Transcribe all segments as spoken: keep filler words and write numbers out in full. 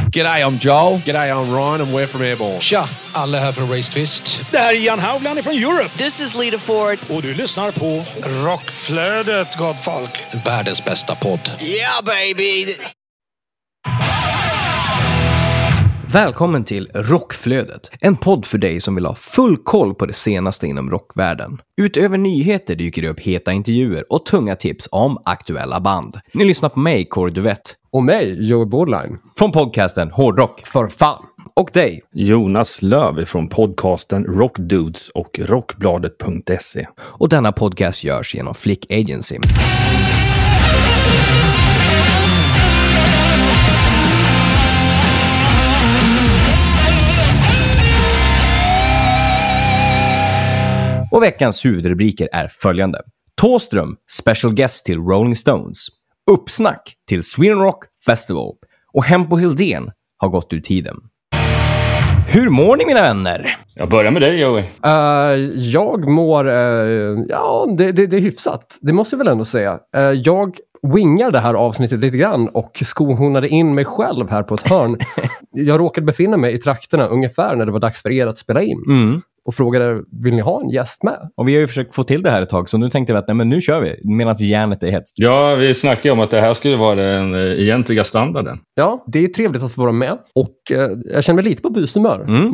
G'day, I'm Joel. G'day, I'm Ryan. I'm We're from Airborne. Tja, alla här från Race Twist. Det här är Jan Haugland från Europe. This is Lita Ford. Och du lyssnar på Rockflödet, gott folk. Världens bästa podd. Yeah, baby! Välkommen till Rockflödet, en podd för dig som vill ha full koll på det senaste inom rockvärlden. Utöver nyheter dyker det upp heta intervjuer och tunga tips om aktuella band. Ni lyssnar på mig, Corey Duvett. Och mig, Joey Borderline. Från podcasten Hårdrock. För fan. Och dig, Jonas Löv från podcasten Rockdudes och rockbladet punkt se. Och denna podcast görs genom Flick Agency. Och veckans huvudrubriker är följande. Thåström, special guest till Rolling Stones. Uppsnack till Sweden Rock Festival. Och Hempo Hildén har gått ur tiden. Hur mår ni, mina vänner? Jag börjar med dig, Joey. Uh, jag mår... Uh, ja, det, det, det är hyfsat. Det måste jag väl ändå säga. Uh, jag wingar det här avsnittet lite grann och skohornade in mig själv här på ett hörn. Jag råkade befinna mig i trakterna ungefär när det var dags för er att spela in. Mm. Och frågade, vill ni ha en gäst med? Och vi har ju försökt få till det här ett tag, så nu tänkte vi att nej, men nu kör vi, medan järnet är hett. Ja, vi snackade om att det här skulle vara den eh, egentliga standarden. Ja, det är trevligt att få vara med. Och eh, jag känner mig lite på bushumör. Mm.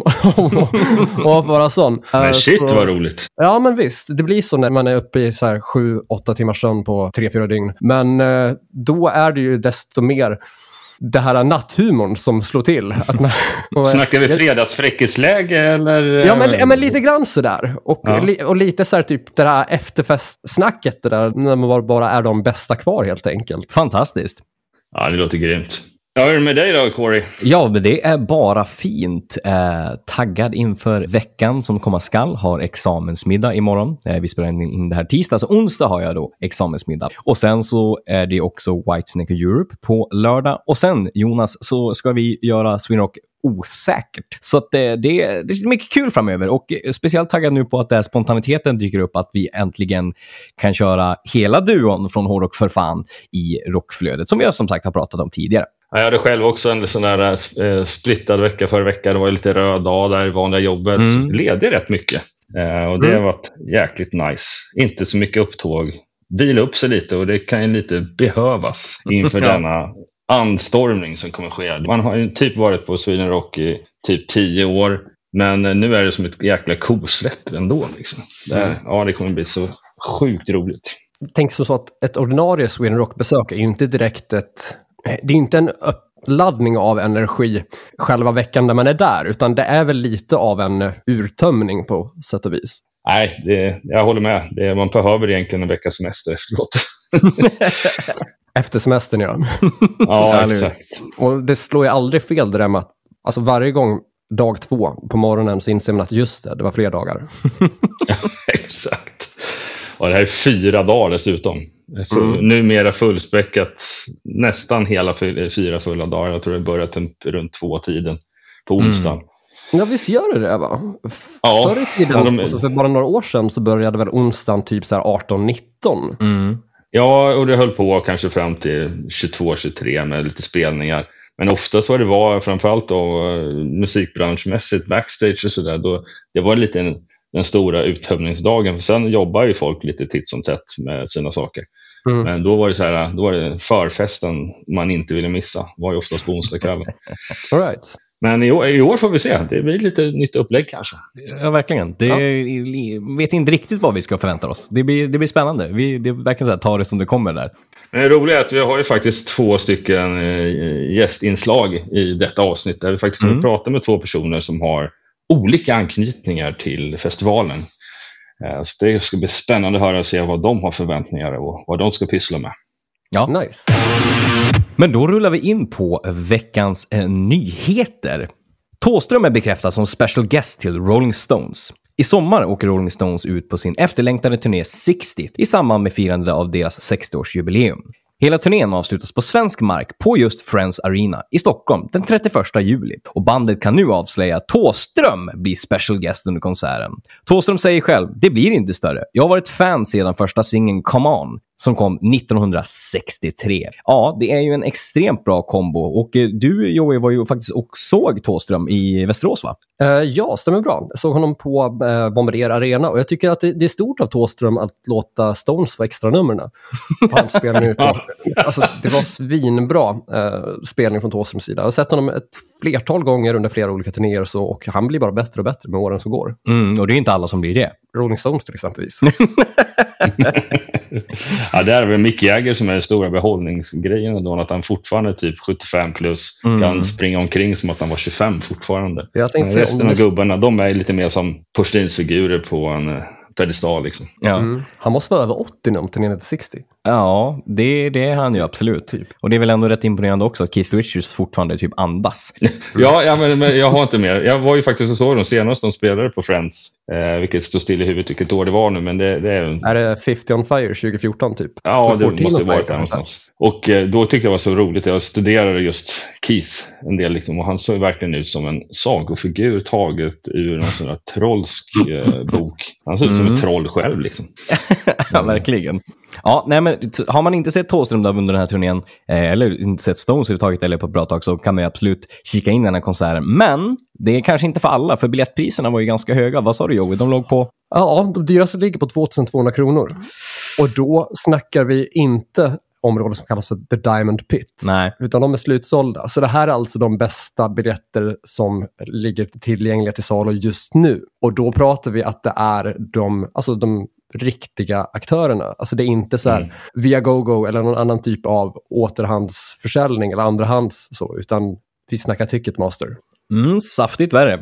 och att vara sån. Men uh, shit, så... vad roligt. Ja, men visst. Det blir så när man är uppe i så här sju, åtta timmars sömn på tre, fyra dygn. Men eh, då är det ju desto mer... det här natthumorn som slår till. Att man, och, snackar vi fredagsfräckisläge eller? Ja men, ja, men lite grann sådär. Och, ja. li, och lite så här typ det här efterfestsnacket det där, när man bara är de bästa kvar helt enkelt. Fantastiskt. Ja, det låter grymt. Ja, hur är det med dig då, Corey? Ja, men det är bara fint. Eh, taggad inför veckan som komma skall. Har examensmiddag imorgon. Eh, vi spelar in det här tisdag. Så onsdag har jag då examensmiddag. Och sen så är det också Whitesnake Europe på lördag. Och sen, Jonas, så ska vi göra Sweden Rock osäkert. Så att det, det, det är mycket kul framöver. Och speciellt taggad nu på att där spontaniteten dyker upp. Att vi äntligen kan köra hela duon från Hårdrock för fan i rockflödet. Som vi som sagt har pratat om tidigare. Jag hade själv också en sån där eh, splittad vecka för vecka. Det var ju lite röd dag där i vanliga jobbet. Mm. Ledig rätt mycket. Eh, och det mm. har varit jäkligt nice. Inte så mycket upptåg. Vila upp sig lite och det kan ju lite behövas inför ja. denna anstormning som kommer ske. Man har ju typ varit på Sweden Rock i typ tio år. Men nu är det som ett jäkla kosläpp ändå. Liksom. Det, mm. Ja, det kommer bli så sjukt roligt. Tänk så, så att ett ordinarie Sweden Rock-besök är inte direkt ett... Det är inte en uppladdning av energi själva veckan när man är där, utan det är väl lite av en urtömning på sätt och vis. Nej, det, jag håller med. Det, man behöver egentligen en veckas semester efteråt. Efter semestern, ja. Ja, exakt. Och det slår ju aldrig fel det där med att alltså varje gång dag två på morgonen så inser man att just det, det var fler dagar. Ja, exakt. Och det här är fyra dagar dessutom. Mm. Numera fullspäckat nästan hela fyra fulla dagar. Jag tror det började typ runt två tiden på onsdagen. Mm. Ja, visst gör det det, va? Ja. Förr i tiden, de... alltså för bara några år sedan så började väl onsdagen typ så här arton nitton. Mm. Ja, och det höll på kanske fram till tjugotvå tjugotre med lite spelningar. Men oftast var det var framförallt då musikbranschmässigt backstage och sådär. Då det var lite en den stora uttömningsdagen. För sen jobbar ju folk lite titt som tätt med sina saker. Mm. Men då var det så här, då var det förfesten man inte ville missa. Det var ju oftast på onsdagskvällen. All right. Men i år, i år får vi se. Det blir lite nytt upplägg kanske. Ja, verkligen. Det ja. vet inte riktigt vad vi ska förvänta oss. Det blir, det blir spännande. Vi, det är verkligen så här, ta det som det kommer där. Men det roliga är att vi har ju faktiskt två stycken gästinslag i detta avsnitt. Där vi faktiskt kommer mm. att prata med två personer som har olika anknytningar till festivalen. Så det ska bli spännande att höra och se vad de har förväntningar och vad de ska pyssla med. Ja, nice. Men då rullar vi in på veckans eh, nyheter. Thåström är bekräftad som special guest till Rolling Stones. I sommar åker Rolling Stones ut på sin efterlängtade turné sextio i samband med firandet av deras sextioårsjubileum. Hela turnén avslutas på svensk mark på just Friends Arena i Stockholm den trettioförsta juli. Och bandet kan nu avslöja att Thåström blir special guest under konserten. Thåström säger själv, det blir inte större. Jag har varit fan sedan första singeln Come On. som kom nittonhundrasextiotre. Ja, det är ju en extremt bra kombo. Och eh, du, Joey, var ju faktiskt och såg Thåström i Västerås, va? Uh, ja, stämmer bra. Jag såg honom på uh, Bombardier Arena och jag tycker att det, det är stort av Thåström att låta Stones få extra nummerna på hans spelning. Alltså, det var svinbra uh, spelning från Thåströms sida. Jag har sett honom ett flertal gånger under flera olika turnéer och så, och han blir bara bättre och bättre med åren som går. Mm, och det är inte alla som blir det. Rolling Stones till exempelvis. Ja, det är väl Mick Jagger som är den stora behållningsgrejen då, att han fortfarande är typ sjuttiofem plus mm. kan springa omkring som att han var tjugofem fortfarande. Jag tänkte resten av det... gubbarna, de är lite mer som porslinsfigurer på en pedestal liksom. Ja. Mm. Han måste vara över åttio nu till nittonhundrasextio. Ja, det, det är han ju absolut. Typ. Och det är väl ändå rätt imponerande också att Keith Richards fortfarande typ andas. ja, ja men, men jag har inte mer. Jag var ju faktiskt och såg dem senast de spelade på Friends. Eh, vilket står still i huvudet vilket år det var nu. Men det, det är... är det femtio on Fire tjugo fjorton typ? Ja, det måste ju varit där någonstans. Och eh, då tyckte jag det var så roligt. Jag studerade just Keith en del liksom, och han såg verkligen ut som en sagofigur taget ur någon sån där trollsk eh, bok. Han såg ut som Mm. ett troll själv liksom. Ja, verkligen. Ja, nej, men t- har man inte sett Thåström under den här turnén eh, eller inte sett Stones överhuvudtaget eller på ett bra tag, så kan man ju absolut kika in den här konserten. Men det är kanske inte för alla, för biljettpriserna var ju ganska höga. Vad sa du, Joey? De låg på... Ja, de dyraste ligger på tvåtusentvåhundra kronor. Och då snackar vi inte område som kallas för The Diamond Pit. Nej. Utan de är slutsålda. Så det här är alltså de bästa biljetter som ligger tillgängliga till salu just nu. Och då pratar vi att det är de, alltså de riktiga aktörerna. Alltså det är inte så här mm. Viagogo eller någon annan typ av återhandsförsäljning eller andrahands så, utan vi snackar Ticketmaster. Mm, saftigt värre.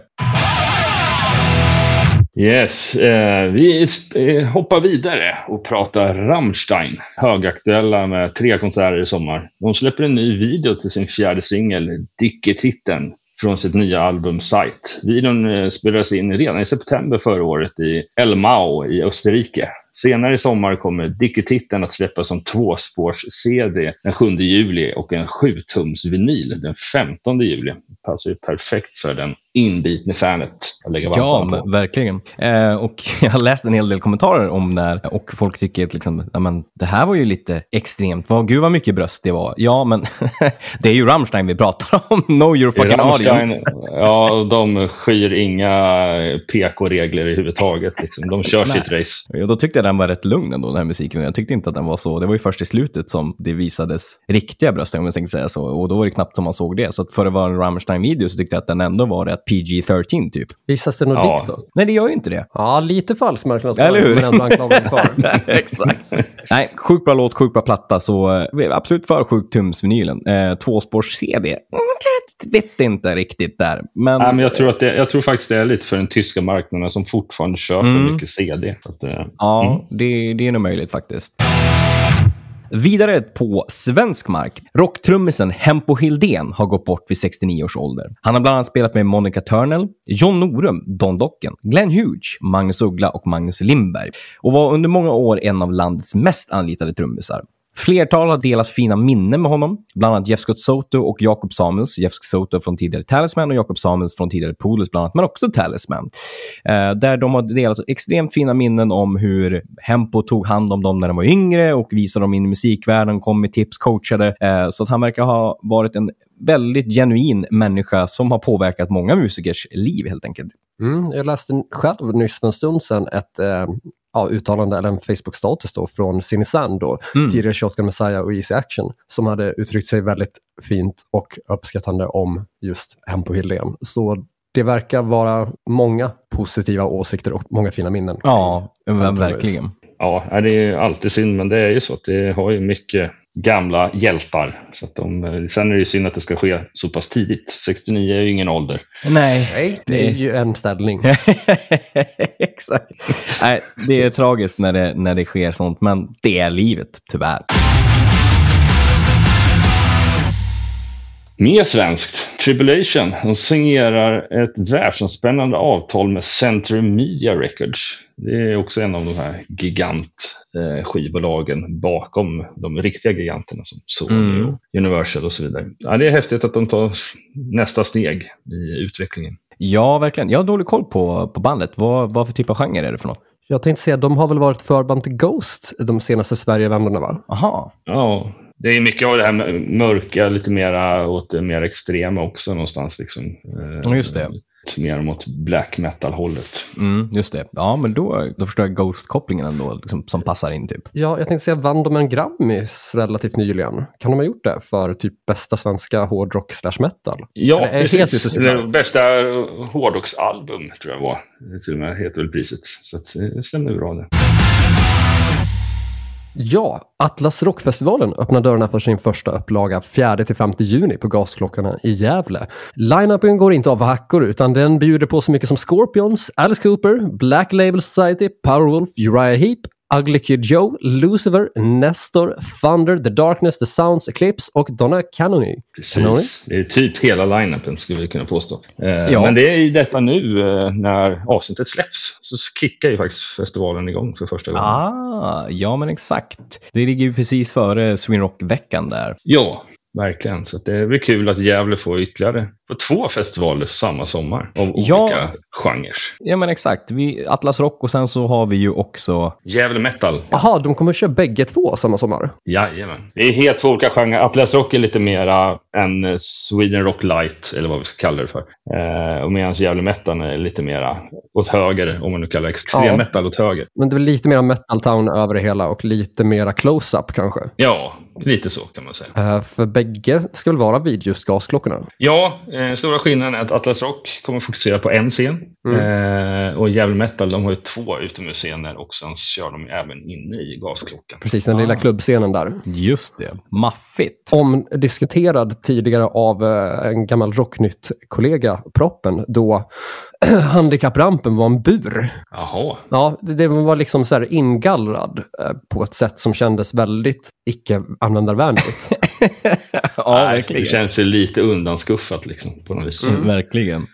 Yes, eh, vi eh, hoppar vidare och pratar Rammstein, högaktuella med tre konserter i sommar. De släpper en ny video till sin fjärde singel, Dicke Titten, från sitt nya album Sight. Videon eh, spelades in redan i september förra året i Elmau i Österrike. Senare i sommar kommer Dicke Titten att släppas som tvåspårs-C D den sjunde juli och en sju-tums-vinyl den femtonde juli. Det passar ju perfekt för den inbitne fanet att lägga Ja, på. verkligen. Eh, och jag har läst en hel del kommentarer om det här och folk tycker att liksom, ja, men, det här var ju lite extremt. Vad, gud vad mycket bröst det var. Ja, men det är ju Rammstein vi pratar om. Know your fucking audience. Ja, de skyr inga P K-regler i huvudtaget. Liksom. De kör sitt race. Ja, då tyckte jag den var rätt lugn ändå, den här musiken. Jag tyckte inte att den var så. Det var ju först i slutet som det visades riktiga bröst, om jag tänkte säga så. Och då var det knappt som man såg det. Så att för att vara en Rammstein-video så tyckte jag att den ändå var rätt P G tretton typ. Visas det något ja. dikt då? Nej, det gör ju inte det. Ja, lite falsk Eller hur? men ändå anklagar kvar. Exakt. Nej, sjukt bra låt, sjukt bra platta. Så eh, absolut för sjuktums-vinylen. Eh, tvåspårs-C D. Jag vet inte riktigt där. Men, Nej, men jag, tror att det, jag tror faktiskt det är lite för den tyska marknaden som fortfarande köper mm. mycket C D. Så att, eh, ja, mm. det, det är nog möjligt faktiskt. Vidare på svensk mark. Rocktrummisen Hempo Hildén har gått bort vid sextionio års ålder. Han har bland annat spelat med Monica Törnell, John Norum, Don Docken, Glenn Hughes, Magnus Uggla och Magnus Lindberg. Och var under många år en av landets mest anlitade trummisar. Flertal har delat fina minnen med honom, bland annat Jeff Scott Soto och Jakob Samuels. Jeff Scott Soto från tidigare Talisman och Jakob Samuels från tidigare Poodles bland annat, men också Talisman. Eh, där de har delat extremt fina minnen om hur Hempo tog hand om dem när de var yngre och visade dem in i musikvärlden, kom med tips, coachade. Eh, så att han verkar ha varit en väldigt genuin människa som har påverkat många musikers liv helt enkelt. Mm, jag läste själv nyss för en stund sedan ett... Eh... Ja, uttalande eller en Facebook-status då från Sinisand då, mm. tidigare Shotgun Messiah och Easy Action, som hade uttryckt sig väldigt fint och uppskattande om just Hempo Hildén. Så det verkar vara många positiva åsikter och många fina minnen. Ja, verkligen. Ja, det är ju alltid synd, men det är ju så att det har ju mycket gamla hjältar. Så att de, sen är det ju synd att det ska ske så pass tidigt. sextionio är ju ingen ålder. Nej, Nej det är ju en ställning. Exakt. Nej, det är tragiskt när det, när det sker sånt, men det är livet, tyvärr. Mer svenskt. Tribulation. De signerar ett världsomspännande avtal med Century Media Records. Det är också en av de här gigantskivbolagen bakom de riktiga giganterna som Sony mm. och Universal och så vidare. Ja, det är häftigt att de tar nästa steg i utvecklingen. Ja, verkligen. Jag har dålig koll på, på bandet. Vad, vad för typ av genre är det för något? Jag tänkte säga, de har väl varit förband till Ghost de senaste Sverigevändarna, va? Aha. Ja, det är mycket av det här mörka, lite mera åt det mer extrema också någonstans. Liksom. Ja, just det. Mer mot black metal-hållet. Mm, just det. Ja, men då, då förstår jag Ghost-kopplingen ändå liksom, som passar in typ. Ja, jag tänkte säga, vann de en Grammys relativt nyligen? Kan de ha gjort det för typ bästa svenska hårdrock slash metal? Ja, är precis. Helt det bästa hårdrocksalbum tror jag var. Det till och med heter väl priset. Så att, det stämmer bra det. Ja, Atlas Rockfestivalen öppnar dörrarna för sin första upplaga fjärde till femte juni på Gasklockorna i Gävle. Line-upen går inte av hackor utan den bjuder på så mycket som Scorpions, Alice Cooper, Black Label Society, Powerwolf, Uriah Heep, Ugly Kid Joe, Lucifer, Nestor, Thunder, The Darkness, The Sounds, Eclipse och Donna Canoni. Precis, Canoni? Det är typ hela line-upen skulle vi kunna påstå. Eh, Ja. Men det är i detta nu eh, när avsnittet släpps så kickar ju faktiskt festivalen igång för första gången. Ah, ja men exakt. Det ligger ju precis före Sweden Rock-veckan där. Ja, verkligen. Så att det blir kul att Gävle får ytterligare på två festivaler samma sommar av Ja. olika genrer. Ja men exakt. Vi, Atlas Rock och sen så har vi ju också... Gävle metal. Jaha, de kommer att köra bägge två samma sommar? Jajamän. Det är helt två olika genrer. Atlas Rock är lite mera en Sweden Rock Light, eller vad vi ska kalla det för. Eh, och medan Gävle metal är lite mera åt höger, om man nu kallar det extrem Ja. metal åt höger. Men det är väl lite mer Metal Town över det hela och lite mera close-up kanske? Ja, lite så kan man säga. Uh, för bägge ska väl vara vid just Gasklockorna? Ja, eh, stora skillnaden är att Atlas Rock kommer fokusera på en scen. Mm. Eh, och Gävle metal, de har ju två utomhusscener och sen kör de även inne i Gasklockan. Precis, den lilla klubbscenen där. Just det. Maffigt. Omdiskuterad tidigare av eh, en gammal Rocknytt-kollega, Proppen, då handikapprampen var en bur. Jaha. Ja, det, det var liksom så här ingallrad eh, på ett sätt som kändes väldigt icke-användarvänligt. Ja, Nej, verkligen. det känns ju lite undanskuffat liksom, på något vis. Mm. Verkligen.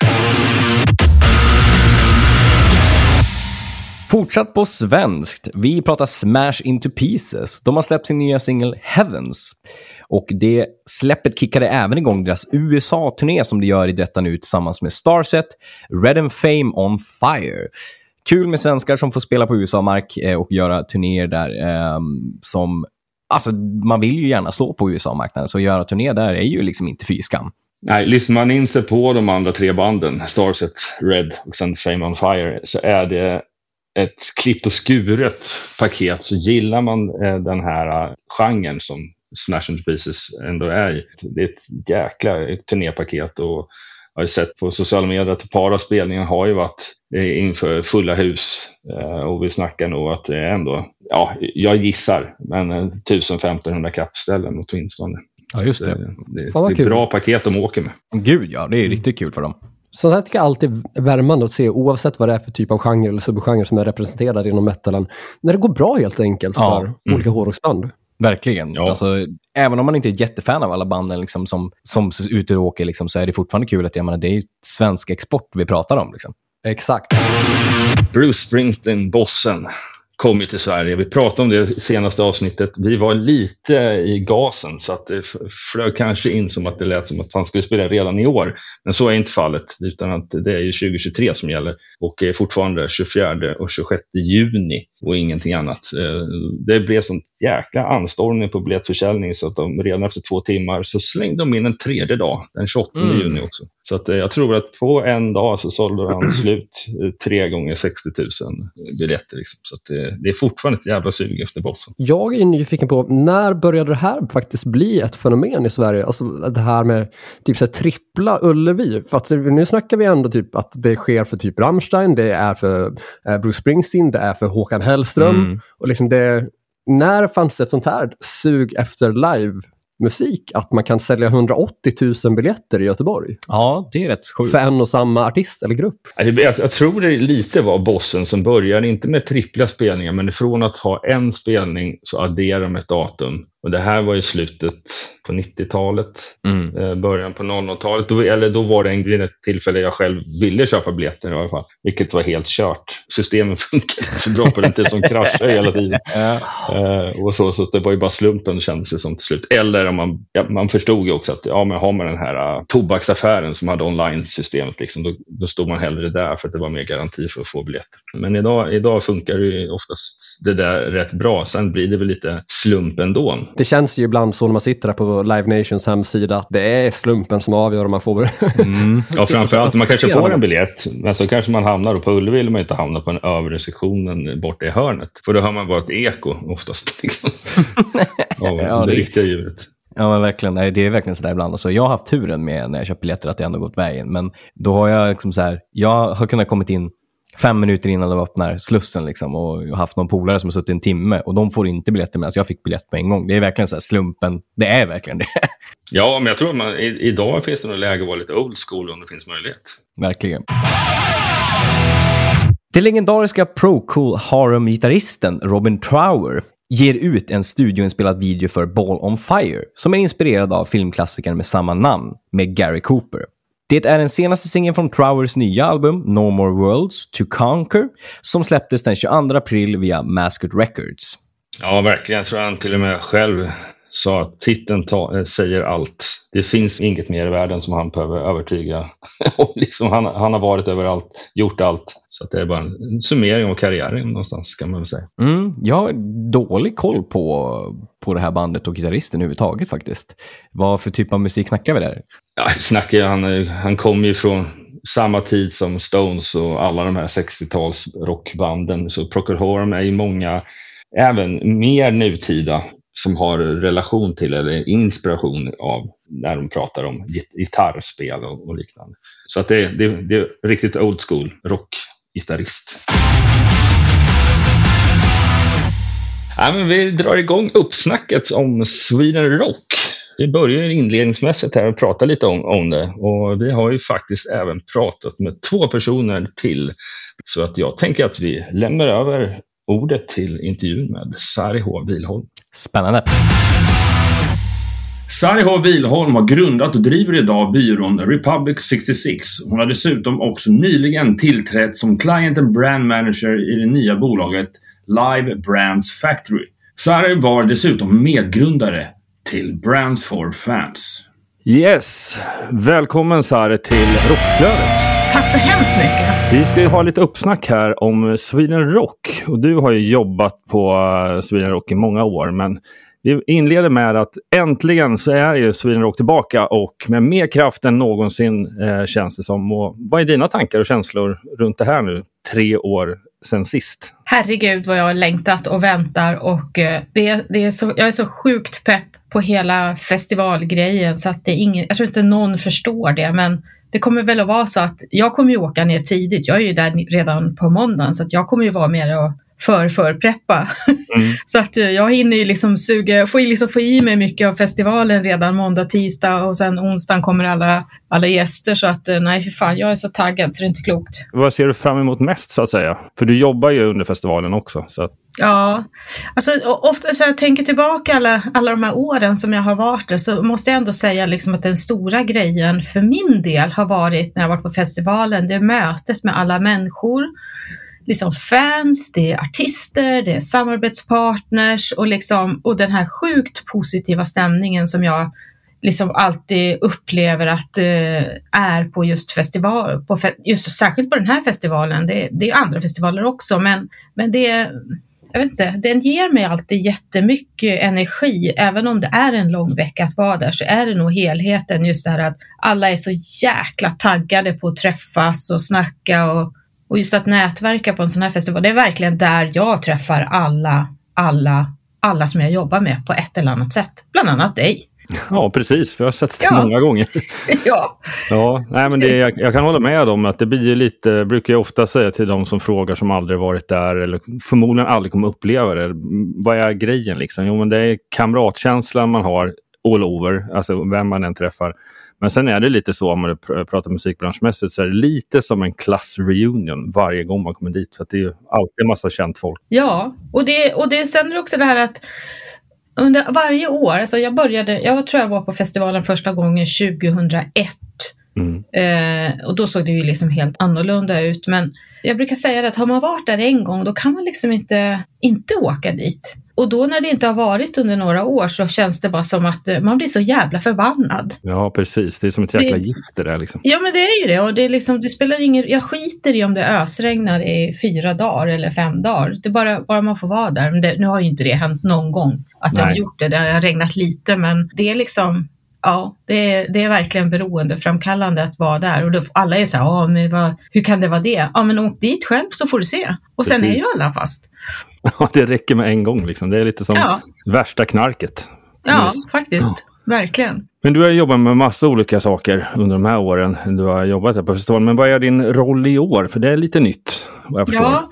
Fortsatt på svenskt. Vi pratar Smash Into Pieces. De har släppt sin nya singel Heavens. Och det släppet kickade även igång deras U S A-turné som de gör i detta nu tillsammans med Starset, Red and Fame on Fire. Kul med svenskar som får spela på U S A-mark eh, och göra turnéer där eh, som... Alltså, man vill ju gärna slå på U S A-marknaden, så göra turné där är ju liksom inte fy skam. Nej, lyssnar man in sig på de andra tre banden, Starset, Red och sen Fame on Fire, så är det ett klippt och skuret paket. Så gillar man eh, den här uh, genren som Smash Into Pieces ändå är i. Det är ett jäkla turnépaket, och jag har ju sett på sociala medier att ett par av spelningarna har ju varit eh, inför fulla hus, eh, och vi snackar nog att det är ändå, ja, jag gissar, men eh, tusen femtonhundra kappställen åtminstone. Ja, just det. Det, det, Fan vad det är kul. bra paket de åker med. Gud, ja. Det är riktigt kul för dem. Så här tycker jag alltid är värmande att se, oavsett vad det är för typ av genre eller subgenre som är representerad inom metalen, när det går bra helt enkelt Ja, för mm. olika hårdrocksband. Verkligen. Ja. Alltså, även om man inte är jättefan av alla banden liksom, som, som ute och åker, liksom, så är det fortfarande kul att jag menar, det är ju svensk export vi pratar om. Liksom. Exakt. Bruce Springsteen, bossen, kom ju till Sverige. Vi pratade om det i senaste avsnittet. Vi var lite i gasen, så att det flög kanske in som att det lät som att han skulle spela redan i år. Men så är inte fallet, utan att det är ju tjugo tjugotre som gäller, och är fortfarande tjugofjärde och tjugosjätte juni och ingenting annat. Det blev sånt jäkla anstormning på biljettförsäljning, så att de redan efter två timmar så slängde de in en tredje dag, den tjugoåttonde Mm. juni också. Så att jag tror att på en dag så sålde han slut tre gånger sextio tusen biljetter. Liksom. Så att det, det är fortfarande ett jävla sug efter bossen. Jag är nyfiken på, när började det här faktiskt bli ett fenomen i Sverige? Alltså det här med typ så här trippla Ullevi. För att nu snackar vi ändå typ att det sker för typ Rammstein, det är för eh, Bruce Springsteen, det är för Håkan Hellström. Mm. Och liksom det, när fanns det ett sånt här sug efter live-musik att man kan sälja hundraåttio tusen biljetter i Göteborg Ja, det är rätt sjukt. för en och samma artist eller grupp? Jag, jag tror det lite var bossen som började, inte med trippla spelningar, men från att ha en spelning så adderar de ett datum Och det här var i slutet på nittiotalet, Mm. eh, början på noll noll-talet. Då, eller då var det en vid ett tillfälle jag själv ville köpa biljetter i alla fall. Vilket var helt kört. Systemen funkar inte så bra på den tiden, som kraschar hela tiden. eh, och så, så det var ju bara slumpen, det kändes det som till slut. Eller om man, ja, man förstod ju också att ja, men har man den här uh, tobaksaffären som hade online-systemet, liksom, då, då stod man hellre där för att det var mer garanti för att få biljetter. Men idag, idag funkar det ju oftast det där rätt bra. Sen blir det väl lite slump ändå. Det känns ju ibland så när man sitter där på Live Nations hemsida att det är slumpen som avgör om man får... Mm. Ja, framförallt man kanske får en biljett, men så kanske man hamnar och på Ullevi vill man inte hamna på den övre sektionen borta i hörnet. För då hör man bara ett eko oftast. Liksom. Av Ja, det, det- riktiga djuret. Ja, men verkligen. Nej, det är verkligen så där ibland. Alltså, jag har haft turen med när jag köper biljetter att det ändå gått vägen. Men då har jag liksom så här, jag har kunnat kommit in fem minuter innan de öppnar slussen liksom, och jag har haft någon polare som har suttit en timme och de får inte biljetter, men alltså jag fick biljett på en gång. Det är verkligen så här slumpen. Det är verkligen det. Ja, men jag tror man, i, idag finns det nog läge att vara lite old school om det finns möjlighet. Verkligen. Den legendariska pro-cool Harum-gitarristen Robin Trower ger ut en studioinspelad video för Ball on Fire som är inspirerad av filmklassikern med samma namn med Gary Cooper. Det är den senaste singeln från Trowers nya album No More Worlds to Conquer som släpptes den tjugoandra april via Mascot Records. Ja, verkligen. Jag tror han till och med själv sa att titeln ta, äh, säger allt. Det finns inget mer i världen som han behöver övertyga. Och liksom han, han har varit överallt, gjort allt. Så att det är bara en summering av karriären någonstans, kan man väl säga. Mm, jag har dålig koll på, på det här bandet och gitarristen överhuvudtaget faktiskt. Vad för typ av musik snackar vi där? Ja, snackar han, han kom ju från samma tid som Stones och alla de här sextio-tals rockbanden. Så Procol Harum är ju många, även mer nutida, som har relation till eller inspiration av när de pratar om gitarrspel och, och liknande. Så att det, det, det är riktigt old school rockgitarrist. Ja, men vi drar igång uppsnacket om Sweden Rock. Vi börjar inledningsmässigt här och prata lite om, om det. Och vi har ju faktiskt även pratat med två personer till. Så att jag tänker att vi lämnar över ordet till intervjun med Sari H. Wilholm. Spännande. Sari H. Wilholm har grundat och driver idag byrån Republic sextiosex. Hon har dessutom också nyligen tillträtt som Client and Brand Manager i det nya bolaget Live Brands Factory. Sari var dessutom medgrundare till Brands for Fans. Yes, välkommen Sari till Rockflödet. Tack så hemskt mycket. Vi ska ju ha lite uppsnack här om Sweden Rock. Och du har ju jobbat på Sweden Rock i många år. Men vi inleder med att äntligen så är ju Sweden Rock tillbaka. Och med mer kraft än någonsin eh, känns det som. Och vad är dina tankar och känslor runt det här nu? Tre år sedan sist. Herregud vad jag har längtat och väntar. Och eh, det, det är så, jag är så sjukt pepp på hela festivalgrejen. Så att det är ingen, jag tror inte någon förstår det. Men det kommer väl att vara så att jag kommer ju åka ner tidigt. Jag är ju där redan på måndagen så att jag kommer ju vara med och för förpreppa. Mm. Så att jag hinner ju liksom suga, får ju liksom få i mig mycket av festivalen redan måndag, tisdag och sen onsdagen kommer alla, alla gäster. Så att nej för fan, jag är så taggad så det är inte klokt. Vad ser du fram emot mest så att säga? För du jobbar ju under festivalen också. Så att... Ja, alltså ofta så jag tänker tillbaka alla, alla de här åren som jag har varit där så måste jag ändå säga liksom att den stora grejen för min del har varit när jag varit på festivalen, det är mötet med alla människor, liksom fans, det är artister, det är samarbetspartnners och, liksom, och den här sjukt positiva stämningen som jag liksom alltid upplever att uh, är på just festival, på fe- just särskilt på den här festivalen, det, det är andra festivaler också men, men det är jag vet inte, den ger mig alltid jättemycket energi. Även om det är en lång vecka att vara där så är det nog helheten. Just det här att alla är så jäkla taggade på att träffas och snacka. Och, och just att nätverka på en sån här festival. Det är verkligen där jag träffar alla, alla, alla som jag jobbar med på ett eller annat sätt. Bland annat dig. Ja, precis. För jag har sett det ja. många gånger. ja. Ja, nej, men det, jag, jag kan hålla med om att det blir lite, brukar jag ofta säga till de som frågar som aldrig varit där eller förmodligen aldrig kommer uppleva det. Vad är grejen liksom? Jo, men det är kamratkänslan man har all over, alltså vem man än träffar. Men sen är det lite så om man pratar musikbranschmässigt så är det lite som en klassreunion varje gång man kommer dit. För att det är ju alltid en massa känt folk. Ja, och det, och det sen är det också det här att under varje år, alltså jag började, jag tror jag var på festivalen första gången tjugohundraett. Mm. Eh, och då såg det ju liksom helt annorlunda ut. Men jag brukar säga att har man varit där en gång, då kan man liksom inte, inte åka dit. Och då när det inte har varit under några år, så känns det bara som att man blir så jävla förbannad. Ja, precis. Det är som ett jäkla det, gift det där liksom. Ja, men det är ju det. Och det, är liksom, det spelar ingen, jag skiter i om det ösregnar i fyra dagar eller fem dagar. Det är bara, bara man får vara där. Men det, nu har ju inte det hänt någon gång att det har gjort det. Det har regnat lite, men det är liksom... Ja, det är, det är verkligen beroendeframkallande att vara där. Och då, alla är så här, ja, men vad, hur kan det vara det? Ja, men åk dit själv så får du se. Och sen Precis. Är ju alla fast. Ja, det räcker med en gång liksom. Det är lite som ja. värsta knarket. Ja, Just. faktiskt. Verkligen. Men du har jobbat med massa olika saker under de här åren. Du har jobbat här på festivalen. Men vad är din roll i år? För det är lite nytt, vad jag förstår. Ja,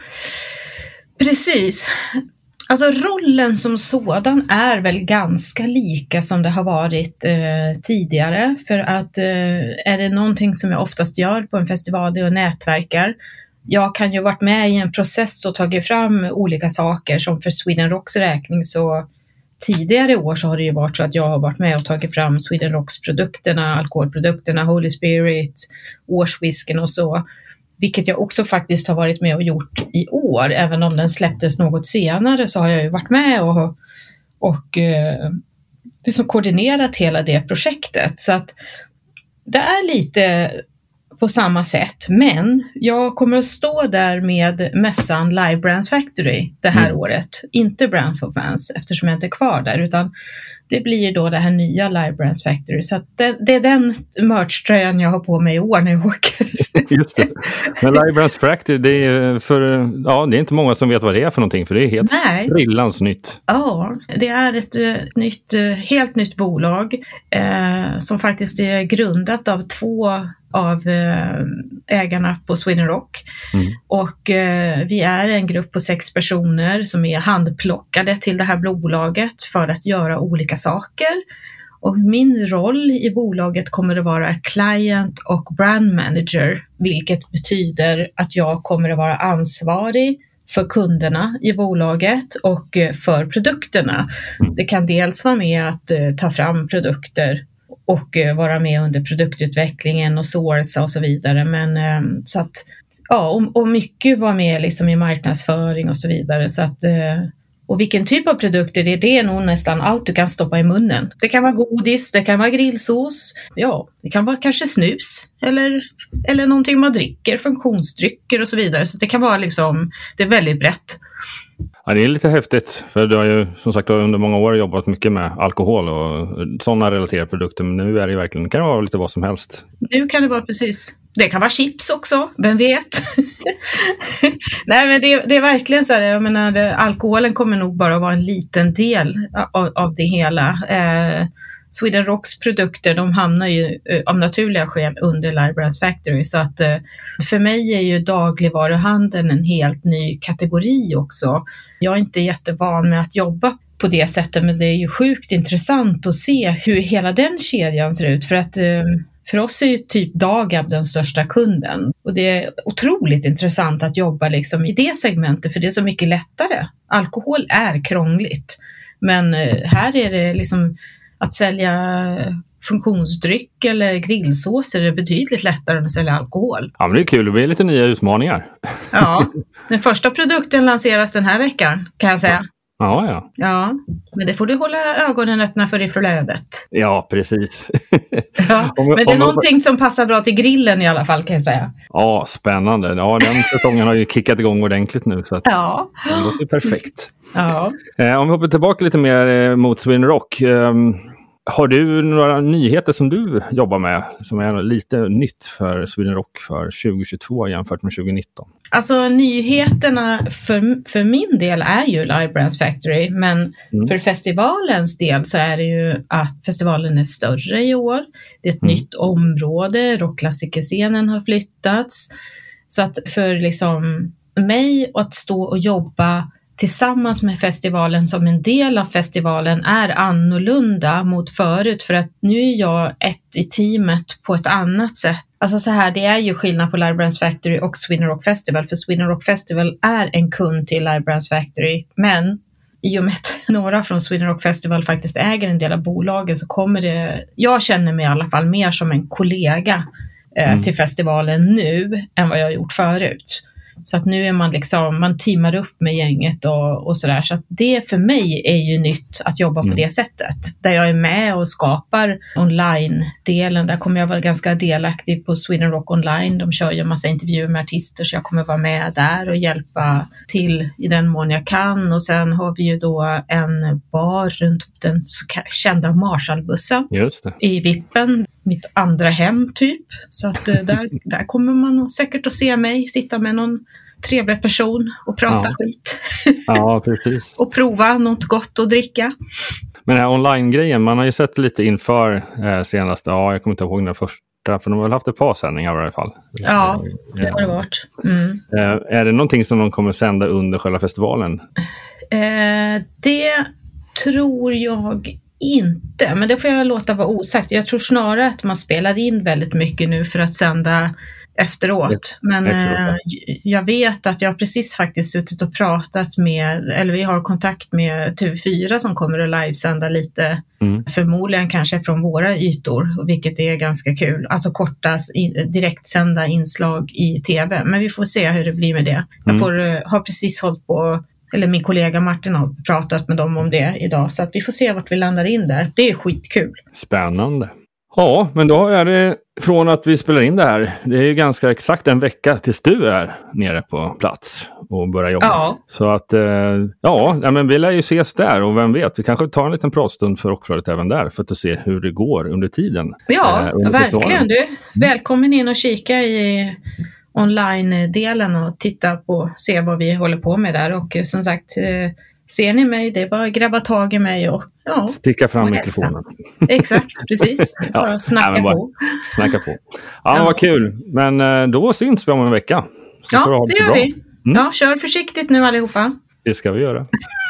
precis. Alltså rollen som sådan är väl ganska lika som det har varit eh, tidigare. För att eh, är det någonting som jag oftast gör på en festival, det är att nätverkar. Jag kan ju ha varit med i en process och tagit fram olika saker, som för Sweden Rocks räkning. Så tidigare år så har det ju varit så att jag har varit med och tagit fram Sweden Rocks produkterna, alkoholprodukterna, Holy Spirit, årswhisken och så. Vilket jag också faktiskt har varit med och gjort i år. Även om den släpptes något senare, så har jag ju varit med och, och eh, liksom koordinerat hela det projektet. Så att det är lite på samma sätt. Men jag kommer att stå där med mössan Live Brands Factory det här mm. året. Inte Brands for Fans, eftersom jag inte är kvar där. Utan det blir då det här nya Live Brands Factory. Så att det, det är den merch-tröjan jag har på mig i år när jag åker. Just det. Men Live Brands Factory, det är, för, ja, det är inte många som vet vad det är för någonting. För det är helt brillans nytt. Ja, det är ett uh, nytt, uh, helt nytt bolag. Uh, som faktiskt är grundat av två av uh, ägarna på Sweden Rock. Mm. Och uh, vi är en grupp på sex personer som är handplockade till det här bolaget för att göra olika saker. Och min roll i bolaget kommer att vara client och brand manager, vilket betyder att jag kommer att vara ansvarig för kunderna i bolaget och för produkterna. Det kan dels vara med att uh, ta fram produkter och uh, vara med under produktutvecklingen och sourca och så vidare. Men uh, så att, ja, och, och mycket var med liksom i marknadsföring och så vidare. Så att, uh, och vilken typ av produkter det är, det är nog nästan allt du kan stoppa i munnen. Det kan vara godis, det kan vara grillsås, ja, det kan vara kanske snus eller, eller någonting man dricker, funktionsdrycker och så vidare. Så det kan vara liksom, det är väldigt brett. Ja, det är lite häftigt, för du har ju som sagt under många år jobbat mycket med alkohol och sådana relaterade produkter, men nu är det verkligen, kan det vara lite vad som helst. Nu kan det vara precis. Det kan vara chips också, vem vet? Nej, men det, det är verkligen så här, jag menar, det, alkoholen kommer nog bara vara en liten del av, av det hela. Eh, Sweden Rocks produkter, de hamnar ju eh, av naturliga skäl under Live Brands Factory. Så att eh, för mig är ju dagligvaruhandeln en helt ny kategori också. Jag är inte jättevan med att jobba på det sättet, men det är ju sjukt intressant att se hur hela den kedjan ser ut. För att eh, för oss är ju typ Dagab den största kunden. Och det är otroligt intressant att jobba liksom i det segmentet, för det är så mycket lättare. Alkohol är krångligt, men eh, här är det liksom att sälja funktionsdryck eller grillsåser är betydligt lättare än att sälja alkohol. Ja, men det är kul. Det blir lite nya utmaningar. Ja, den första produkten lanseras den här veckan, kan jag säga. Ja, ja. Ja, men det får du hålla ögonen öppna för i flödet. Ja, precis. Ja, om, men det är om, någonting som passar bra till grillen i alla fall, kan jag säga. Ja, spännande. Ja, den säsongen har ju kickat igång ordentligt nu, så att ja. Det låter ju perfekt. Ja. Eh, om vi hoppar tillbaka lite mer eh, mot Sweden Rock. Eh, har du några nyheter som du jobbar med som är lite nytt för Sweden Rock för tjugohundratjugotvå jämfört med tjugonitton? Alltså nyheterna för, för min del är ju Live Brands Factory, men mm. för festivalens del så är det ju att festivalen är större i år. Det är ett mm. nytt område, rockklassikerscenen har flyttats. Så att för liksom mig att stå och jobba tillsammans med festivalen som en del av festivalen är annorlunda mot förut, för att nu är jag ett i teamet på ett annat sätt. Alltså så här, det är ju skillnad på Live Brands Factory och Sweden Rock Festival, för Sweden Rock Festival är en kund till Live Brands Factory, men i och med att några från Sweden Rock Festival faktiskt äger en del av bolagen, så kommer det, jag känner mig i alla fall mer som en kollega eh, mm. till festivalen nu än vad jag har gjort förut. Så att nu är man liksom, man teamar upp med gänget och, och sådär. Så att det för mig är ju nytt att jobba mm. på det sättet. Där jag är med och skapar online-delen. Där kommer jag vara ganska delaktig på Sweden Rock Online. De kör ju en massa intervjuer med artister, så jag kommer vara med där och hjälpa till i den mån jag kan. Och sen har vi ju då en bar runt den kända Marshallbussen. Just det. I Vippen. Mitt andra hem typ. Så att där, där kommer man säkert att se mig sitta med någon trevlig person och prata ja. skit. Ja, precis. Och prova något gott att dricka. Men den här online-grejen, man har ju sett lite inför eh, senaste, ja jag kommer inte ihåg den första, för de har väl haft ett par sändningar i alla fall. Ja, det har det varit. Mm. Eh, är det någonting som de kommer sända under själva festivalen? Eh, det tror jag inte, men det får jag låta vara osagt. Jag tror snarare att man spelar in väldigt mycket nu för att sända efteråt. Men eh, jag vet att jag har precis faktiskt suttit och pratat med, eller vi har kontakt med T V fyra som kommer att livesända lite, mm. förmodligen kanske från våra ytor, vilket är ganska kul. Alltså korta in, direktsända inslag i tv. Men vi får se hur det blir med det. Mm. Jag får, uh, har precis hållit på, eller min kollega Martin har pratat med dem om det idag. Så att vi får se vart vi landar in där. Det är skitkul. Spännande. Ja, men då är det från att vi spelar in det här. Det är ju ganska exakt en vecka tills du är nere på plats och börjar jobba. Ja. Så att, ja, men vi lär ju ses där. Och vem vet, vi kanske tar en liten pratstund för Rockflödet även där. För att se hur det går under tiden. Ja, under verkligen. Du, välkommen in och kika i online-delen och titta på, se vad vi håller på med där. Och som sagt, ser ni mig, det är bara att grabba tag i mig och ja, sticka fram mikrofonen. Exakt, precis. Bara ja, snacka bara på. Snacka på. Ja, ja, vad kul. Men då syns vi om en vecka. Så ja, det, det gör bra. vi. Mm. Ja, kör försiktigt nu allihopa. Det ska vi göra.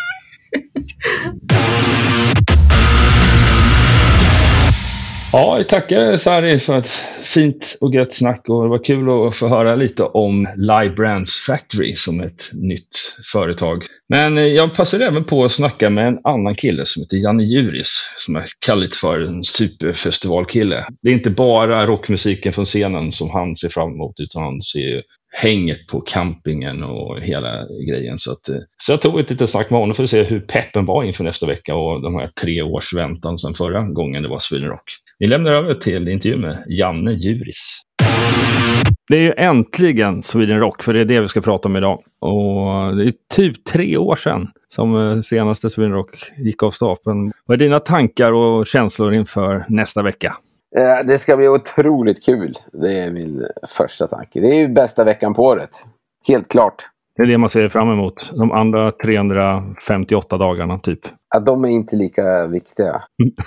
Ja, jag tackar Sari för ett fint och gött snack, och det var kul att få höra lite om Live Brands Factory som ett nytt företag. Men jag passade även på att snacka med en annan kille som heter Janne Juris, som är kallat för en superfestivalkille. Det är inte bara rockmusiken från scenen som han ser fram emot, utan han ser ju hänget på campingen och hela grejen. Så, att, så jag tog ett litet snack med honom för att se hur peppen var inför nästa vecka och de här tre års väntan sedan förra gången det var Sweden Rock. Vi lämnar över till intervju med Janne Juris. Det är ju äntligen Sweden Rock, för det är det vi ska prata om idag. Och det är typ tre år sedan som senaste Sweden Rock gick av stapeln. Vad är dina tankar och känslor inför nästa vecka? Det ska bli otroligt kul. Det är min första tanke. Det är ju bästa veckan på året. Helt klart. Det är det man ser fram emot. De andra trehundrafemtioåtta dagarna typ. Att de är inte lika viktiga.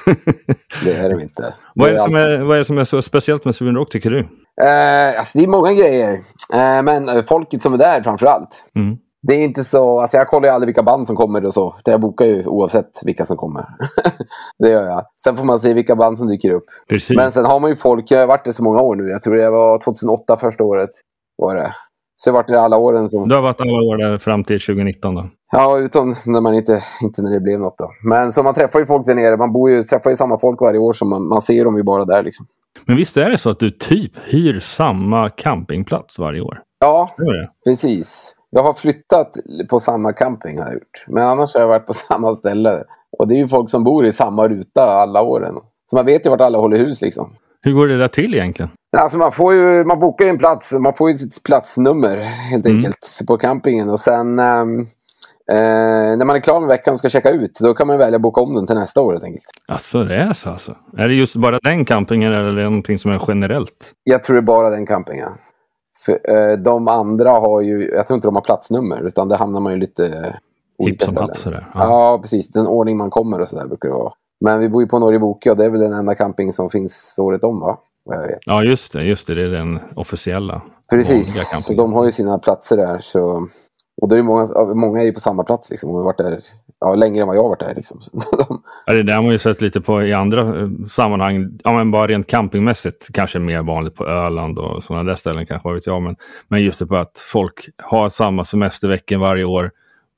Det är de inte. Vad är det, som är, vad är det som är så speciellt med Sweden Rock, tycker du? Eh, alltså det är många grejer. Eh, men folket som är där framförallt. Mm. Det är inte så, alltså jag kollar ju aldrig vilka band som kommer och så. Jag bokar ju oavsett vilka som kommer. Det gör jag. Sen får man se vilka band som dyker upp. Precis. Men sen har man ju folk, jag har varit det så många år nu. Jag tror det var tjugohundraåtta första året var det. Så jag har varit det alla åren som... Du har varit alla år där fram till tjugonitton då? Ja, utom när man inte, inte när det blev något då. Men så man träffar ju folk där nere. Man bor ju, träffar ju samma folk varje år, så man, man ser dem ju bara där liksom. Men visst är det så att du typ hyr samma campingplats varje år? Ja, precis. Jag har flyttat på samma camping har jag gjort. Men annars har jag varit på samma ställe. Och det är ju folk som bor i samma ruta alla åren. Så man vet ju vart alla håller hus liksom. Hur går det där till egentligen? Alltså man får ju, man bokar ju en plats. Man får ju ett platsnummer helt mm. enkelt på campingen. Och sen ähm, äh, när man är klar med veckan och ska checka ut, då kan man välja att boka om den till nästa år helt enkelt. Alltså det är så alltså? Är det just bara den campingen eller är det någonting som är generellt? Jag tror det är bara den campingen. För, eh, de andra har ju, jag tror inte de har platsnummer, utan det hamnar man ju lite olika ställen. Ja. ja, precis. Den ordning man kommer och sådär brukar det vara. Men vi bor ju på Norrboke och det är väl den enda camping som finns året om, va? Jag vet. Ja, just det. Just det. Det är den officiella. Precis. Så de har ju sina platser där. Så... Och då är det många, många är ju på samma plats liksom. De har varit där ja, längre än vad jag har varit där liksom. de... Ja, det där har man ju sett lite på i andra sammanhang. Ja, men bara rent campingmässigt. Kanske mer vanligt på Öland och sådana där ställen kanske, vad vet jag. Men, men just det på att folk har samma semesterveckor varje år.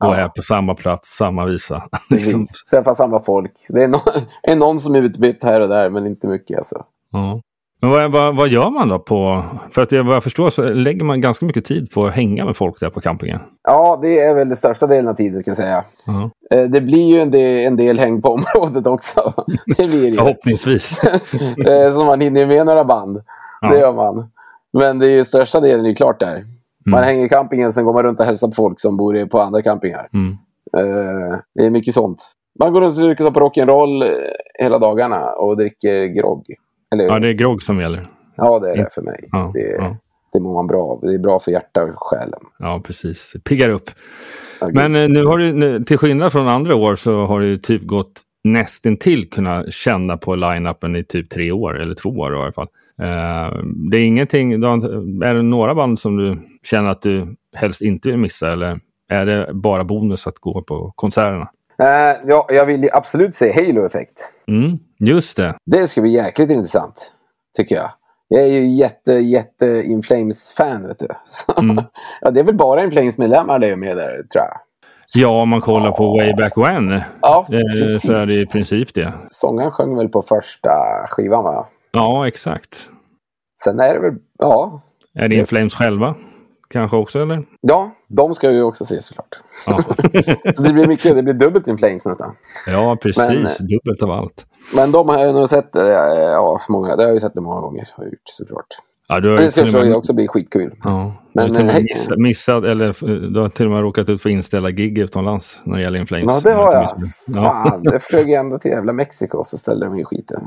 och är på samma plats, samma visa. liksom. Träffa samma folk. Det är, no- är någon som är utbytt här och där, men inte mycket alltså. Ja. Men vad, vad, vad gör man då på... För att jag, vad jag förstår så lägger man ganska mycket tid på att hänga med folk där på campingen. Ja, det är väl den största delen av tiden kan jag säga. Uh-huh. Eh, det blir ju en del, en del häng på området också. Det blir det. Förhoppningsvis. eh, så man hinner med några band. Ja. Det gör man. Men det är ju största delen är ju klart där. Mm. Man hänger i campingen, sen går man runt och hälsar på folk som bor på andra campingar. Mm. Eh, det är mycket sånt. Man går runt och lyckas på rock'n'roll hela dagarna och dricker grogg. Eller, ja, det är grogg som gäller. Ja, det är det för mig. Ja, det, ja. det mår man bra av. Det är bra för hjärta och själen. Ja, precis. Piggar upp. Okay. Men eh, nu har du, nu, till skillnad från andra år så har du typ gått nästintill kunna känna på line-upen i typ tre år eller två år i alla fall. Uh, det är ingenting, är det några band som du känner att du helst inte vill missa, eller är det bara bonus att gå på konserterna? Uh, ja, jag vill absolut se Halo-effekt. Mm, just det. Det ska bli jäkligt intressant, tycker jag. Jag är ju jätte, jätte In Flames-fan, vet du. Mm. Ja, det är väl bara In Flames-medlemmar det är med där, tror jag. Ja, om man kollar på Way Back When, ja, eh, så är det i princip det. Sångaren sjöng väl på första skivan, va? Ja, exakt. Sen är det väl, ja. Är det In Flames själva? Kanske också, eller? Ja, de ska ju också se såklart. Ja. Så det blir mycket, det blir dubbelt In Flames nästan. Ja, precis. Men, dubbelt av allt. Men de har jag nog sett, ja, många, det har jag ju sett det många gånger, har jag gjort såklart. Ja, du har det ska med... också bli skitkul. Ja. Men, du har missat, missat, eller du har till och med råkat ut för inställa gig utomlands när det gäller In Flames. Ja, det har jag. Ja. Fan, det flög ända till jävla Mexiko och så ställde de in skiten.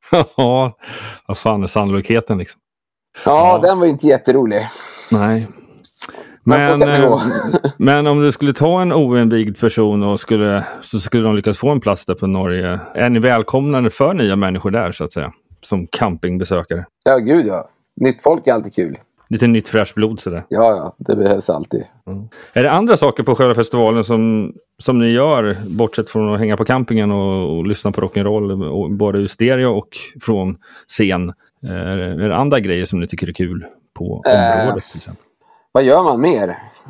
Ja, vad fan är sannolikheten liksom? Ja, ja, den var inte jätterolig. Nej. Men, men, men om du skulle ta en oinvigd person och skulle, så skulle de lyckas få en plats där på Norge. Är ni välkomnande för nya människor där så att säga? Som campingbesökare? Ja, gud ja. Nytt folk är alltid kul. Lite nytt fräscht blod sådär. Ja, ja. Det behövs alltid. Mm. Är det andra saker på själva festivalen som, som ni gör, bortsett från att hänga på campingen och, och lyssna på rock'n'roll, och, både ur stereo och från scen? Är, är det andra grejer som ni tycker är kul på området äh, till exempel? Vad gör man mer?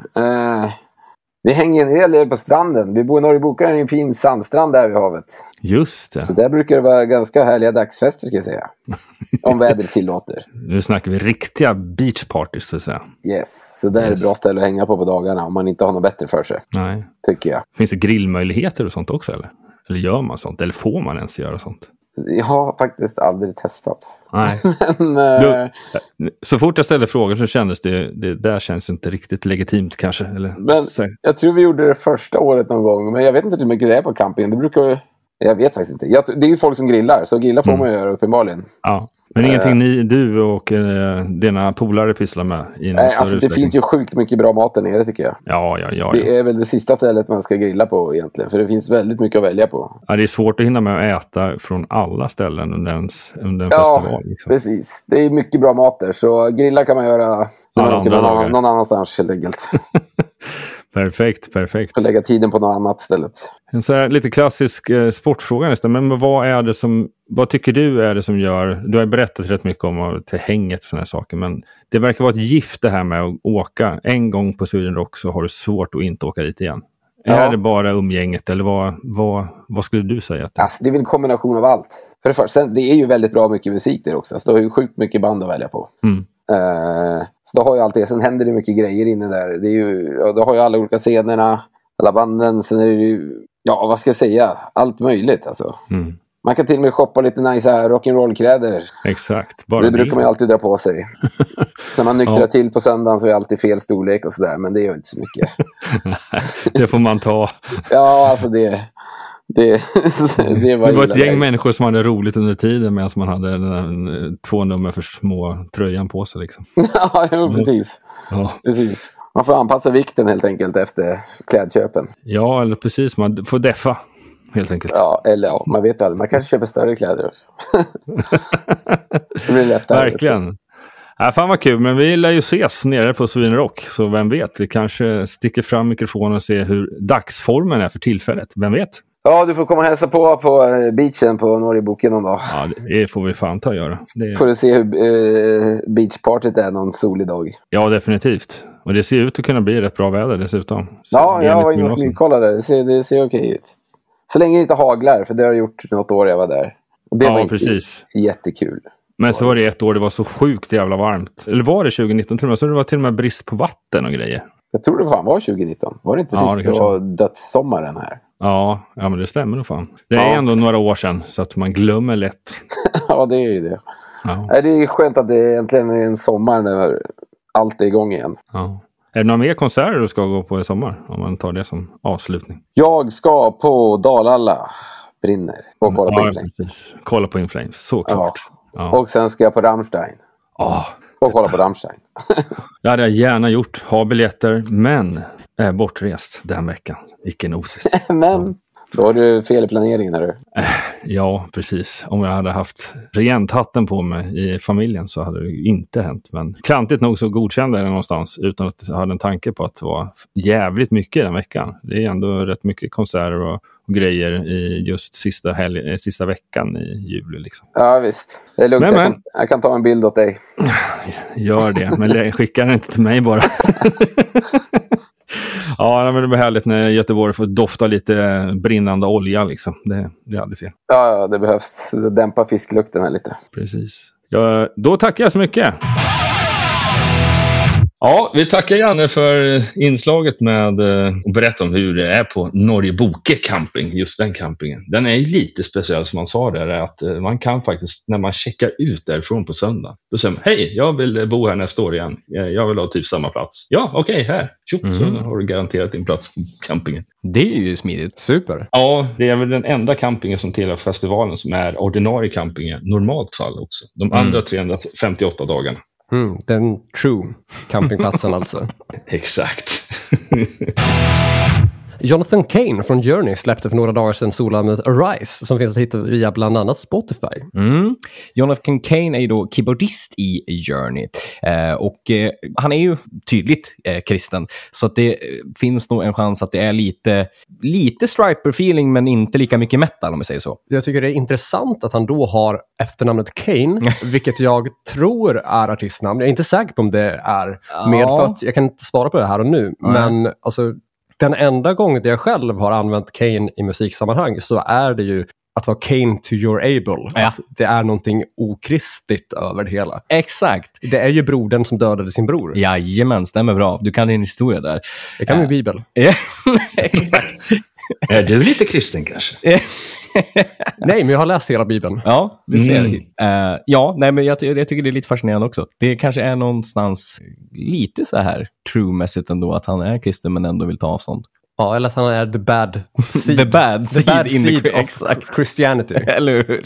Uh, vi hänger en hel del på stranden. Vi bor i Norrboka, en fin sandstrand där vid havet. Just det. Så där brukar det vara ganska härliga dagsfester, ska jag säga. Om vädret tillåter. Nu snackar vi riktiga beachparties, så att säga. Yes, så där yes. är ett bra ställe att hänga på på dagarna om man inte har något bättre för sig. Nej. Tycker jag. Finns det grillmöjligheter och sånt också, eller? Eller gör man sånt? Eller får man ens göra sånt? Jag har faktiskt aldrig testat. Nej. Men, du, så fort jag ställde frågor så kändes det, det där känns inte riktigt legitimt kanske. Eller? Men jag tror vi gjorde det första året någon gång. Men jag vet inte hur mycket det är på campingen. Det brukar, jag vet faktiskt inte. Jag, det är ju folk som grillar. Så grillar får mm. man göra uppenbarligen. Ja. Men ingenting ni, du och eh, dina polare pysslar med? I Nej, alltså det finns ju sjukt mycket bra mat där nere, tycker jag. Ja, ja, ja, ja. Det är väl det sista stället man ska grilla på egentligen. För det finns väldigt mycket att välja på. Ja, det är svårt att hinna med att äta från alla ställen under en, under en ja, festival. Liksom. Precis. Det är mycket bra mat där. Så grilla kan man göra när man åker någon, någon annanstans helt enkelt. Perfekt, perfekt. Och lägga tiden på något annat stället. En så här lite klassisk eh, sportfråga nästan. Men vad är det som, vad tycker du är det som gör, du har berättat rätt mycket om till hänget sådana här saker, men det verkar vara ett gift det här med att åka en gång på Sweden Rock så har du svårt att inte åka dit igen. Ja. Är det bara umgänget eller vad, vad, vad skulle du säga? Att det... Alltså, det är väl en kombination av allt. För det första, det är ju väldigt bra mycket musik där också. Så det har ju sjukt mycket band att välja på. Mm. Uh, så då har ju allt det. Sen händer det mycket grejer inne där. Det är ju, då har ju alla olika scenerna, alla banden. Sen är det ju, ja vad ska jag säga, allt möjligt alltså. Mm. Man kan till och med shoppa lite nice rock'n'roll-kläder. Exakt. Bara det, det brukar man ju alltid dra på sig. När man nyktrar ja. till på söndagen så är alltid fel storlek och sådär. Men det gör inte så mycket. Det får man ta. Ja, alltså det... Det, det var, det var ett gäng människor som hade roligt under tiden medan man hade den där, två nummer för små tröjan på sig. Liksom. Ja, jo, precis. Ja. precis. Man får anpassa vikten helt enkelt efter klädköpen. Ja, eller precis. Man får deffa helt enkelt. Ja, eller ja, man vet aldrig. Man kanske köper större kläder också. Det blir lättare. Verkligen. Ja, fan vad kul, men vi lär ju ses nere på Sweden Rock, så vem vet, vi kanske sticker fram mikrofonen och ser hur dagsformen är för tillfället. Vem vet? Ja, du får komma och hälsa på på beachen på Norrboken någon dag. Ja, det får vi fan ta och göra. Det... Får du se hur eh, beachpartyt är någon solig dag. Ja, definitivt. Och det ser ut att kunna bli rätt bra väder dessutom. Så ja, jag var inne och smygkollade. Det ser, det ser okej ut. Så länge det inte haglar, för det har jag gjort något år jag var där. Och det ja, var inte precis. Jättekul. Men så var det ett år det var så sjukt jävla varmt. Eller var det tjugo nitton till och med? Så det var till och med brist på vatten och grejer. Jag tror det fan var tjugo nitton. Var det inte ja, sist det, det var dödssommaren här? Ja, ja, men det stämmer nog fan. Det är ja. ändå några år sedan så att man glömmer lätt. ja, det är ju det. Ja. Det är skönt att det äntligen är en sommar när allt är igång igen. Ja. Är det några mer konserter du ska gå på i sommar? Om man tar det som avslutning. Jag ska på Dalalla brinner och kolla ja, på Inflames. Precis. Kolla på Inflames, såklart. Ja. Ja. Och sen ska jag på Rammstein. Oh, och kolla på Rammstein. Det hade jag gärna gjort. Ha biljetter, men är bortrest den veckan. Icke nosis. men... Då har du fel i planeringen, är du? Ja, precis. Om jag hade haft regenthatten på mig i familjen så hade det inte hänt. Men klantigt nog så godkände jag det någonstans utan att jag hade en tanke på att det var jävligt mycket den veckan. Det är ändå rätt mycket konserter och, och grejer i just sista, helg, sista veckan i juli. Liksom. Ja, visst. Det är lugnt. Men, jag, men, kan, jag kan ta en bild åt dig. Gör det, men skicka den inte till mig bara. Ja, men det blir härligt när Göteborg får dofta lite brinnande olja liksom. Det, det är aldrig fel. Ja, ja, det behövs dämpa fisklukten här lite. Precis. Ja, då tackar jag så mycket. Ja, vi tackar Janne för inslaget med att berätta om hur det är på Norge Boke camping, just den campingen. Den är lite speciell som man sa där, att man kan faktiskt, när man checkar ut därifrån på söndag, då säger man, hej, jag vill bo här nästa år igen. Jag vill ha typ samma plats. Ja, okej, okay, här. Tjup, mm. Så har du garanterat din plats på campingen. Det är ju smidigt. Super. Ja, det är väl den enda campingen som tillhör festivalen som är ordinarie campingen, normalt fall också. De mm. andra trehundrafemtioåtta dagarna. Mm, den true campingplatsen alltså. Exakt. Jonathan Cain från Journey släppte för några dagar sedan solalbumet Arise som finns att hitta via bland annat Spotify. Mm. Jonathan Cain är ju då keyboardist i Journey eh, och eh, han är ju tydligt eh, kristen, så att det finns nog en chans att det är lite lite Striper-feeling men inte lika mycket metal om man säger så. Jag tycker det är intressant att han då har efternamnet Cain, vilket jag tror är artistnamn. Jag är inte säker på om det är medfött. Jag kan inte svara på det här och nu, mm. men alltså den enda gången jag själv har använt Cain i musiksammanhang så är det ju att vara Cain to your able. Ja. Att det är någonting okristligt över det hela. Exakt. Det är ju brodern som dödade sin bror. Jajamän, stämmer bra. Du kan din historia där. Det kan uh. min bibel. Exakt. Är du lite kristen kanske? Nej, men jag har läst hela Bibeln. Ja, du ser. Mm. Uh, ja, nej, men jag, jag tycker det är lite fascinerande också. Det kanske är någonstans lite så här true-mässigt ändå att han är kristen men ändå vill ta avstånd. Ja, eller att han är the bad seed. the bad seed, the bad in seed the... of Exakt. Christianity. Eller hur?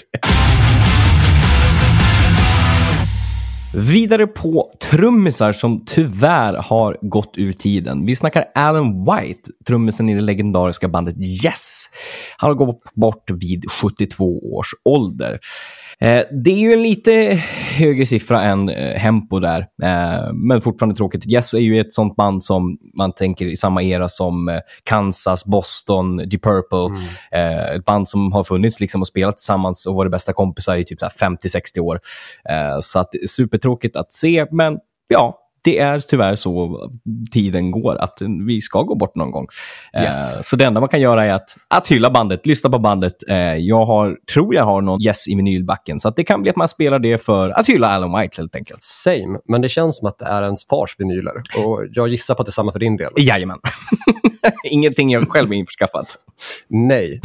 Vidare på trummisar som tyvärr har gått ur tiden. Vi snackar Alan White, trummisen i det legendariska bandet Yes. Han har gått bort vid sjuttiotvå års ålder. Eh, det är ju en lite högre siffra än eh, Hempo där. Eh, men fortfarande tråkigt. Yes är ju ett sånt band som man tänker i samma era som eh, Kansas, Boston, Deep Purple. Mm. Eh, ett band som har funnits liksom och spelat tillsammans och varit bästa kompisar i typ femtio sextio år. Eh, så att supertråkigt att se, men ja, det är tyvärr så tiden går att vi ska gå bort någon gång. Yes. Uh, så det enda man kan göra är att, att hylla bandet, lyssna på bandet. Uh, jag har, tror jag har någon Yes i vinylbacken. Så att det kan bli att man spelar det för att hylla Alan White helt enkelt. Same, men det känns som att det är ens fars vinyler. Och jag gissar på att det är samma för din del. Jajamän. Ingenting jag själv har införskaffat. Nej.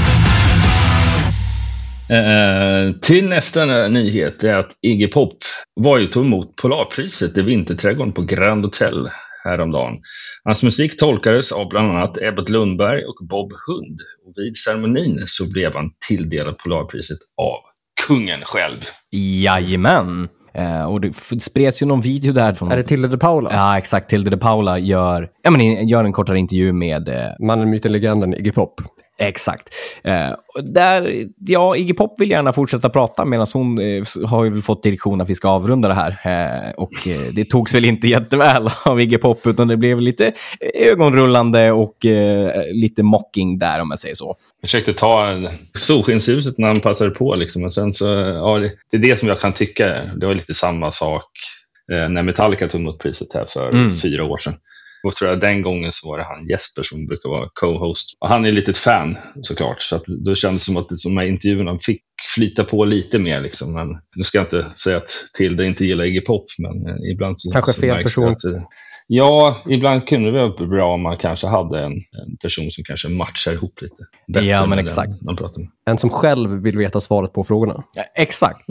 Uh, till nästa nyhet är att Iggy Pop var ju tog emot Polarpriset i Vinterträdgården på Grand Hotel häromdagen. Hans musik tolkades av bland annat Ebbot Lundberg och Bob Hund. Och vid ceremonin så blev han tilldelad Polarpriset av kungen själv. Jajamän. Uh, och det spreds ju någon video där från är det Tilde de Paula? Ja, exakt. Tilde de Paula gör, ja, men gör en kortare intervju med uh... mannen, myten, legenden Iggy Pop. Exakt. Eh, där, ja, Iggy Pop vill gärna fortsätta prata medan hon eh, har ju väl fått direktion att vi ska avrunda det här. Eh, och eh, det togs väl inte jätteväl av Iggy Pop utan det blev lite ögonrullande och eh, lite mocking där om jag säger så. Jag försökte ta solskenshuset när han passade på liksom. Och sen så, ja, det, det är det som jag kan tycka. Det var lite samma sak eh, när Metallica tog emot priset här för mm. fyra år sedan. Och tror jag den gången så var det han Jesper som brukar vara co-host. Och han är lite ett fan såklart, så att då kändes det som att de här intervjuerna fick flyta på lite mer liksom. Men nu ska jag inte säga att Tilde inte gillar Iggy Pop, men eh, ibland så... Kanske så fel person. att, eh, ja, ibland kunde det vara bra om man kanske hade en, en person som kanske matchar ihop lite. Ja, men exakt. Man pratar med. En som själv vill veta svaret på frågorna. Ja, exakt.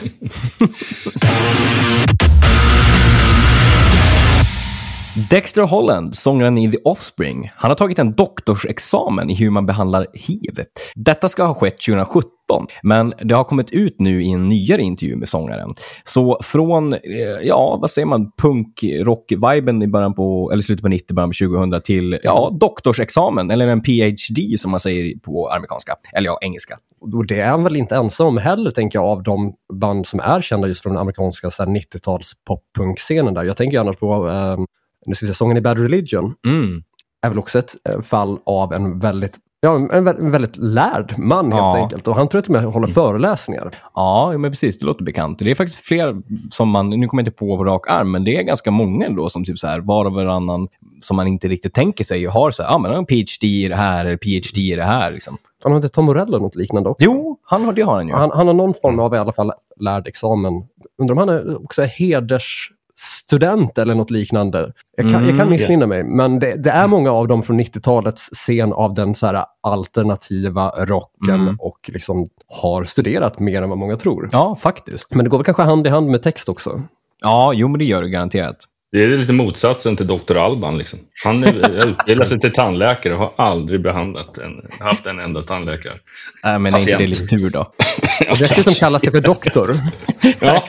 Dexter Holland, sångaren i The Offspring, han har tagit en doktorsexamen i hur man behandlar H I V. Detta ska ha skett tjugo sjutton, men det har kommit ut nu i en nyare intervju med sångaren. Så från, ja, vad säger man, punk-rock-viben i början på, eller slutet på nittio, början på tjugohundra till, ja, doktorsexamen, eller en P H D som man säger på amerikanska, eller ja, engelska. Och det är han väl inte ensam heller, tänker jag, av de band som är kända just från den amerikanska så här, nittio-tals pop-punk-scenen där. Jag tänker annars på... Eh, nu ska vi säga, sången i Bad Religion mm. är väl också ett äh, fall av en väldigt, ja, en, en, en väldigt lärd man helt ja. enkelt. Och han tror att de håller föreläsningar. Ja, men precis, det låter bekant. Det är faktiskt fler som man, nu kommer jag inte på på rak arm, men det är ganska många då som typ så här, var och varannan som man inte riktigt tänker sig har så här, ja men han har en P H D i det här eller P H D i det här liksom. Han har inte Tom Morello något liknande också? Jo, han har, det har han ju. Han, han har någon form av i alla fall lärd examen. Undrar om han är också heders student eller något liknande. Jag kan, mm, jag kan missminna mig, men det, det är många av dem från nittio-talets scen av den så här alternativa rocken mm. och liksom har studerat mer än vad många tror. Ja, faktiskt. Men det går väl kanske hand i hand med text också? Ja, jo men det gör det garanterat. Det är lite motsatsen till doktor Alban liksom. Han är utbildad sig till tandläkare och har aldrig behandlat en, haft en enda tandläkare. Nej, äh, men är inte det lite tur då? Och dessutom kallar sig för doktor. Ja.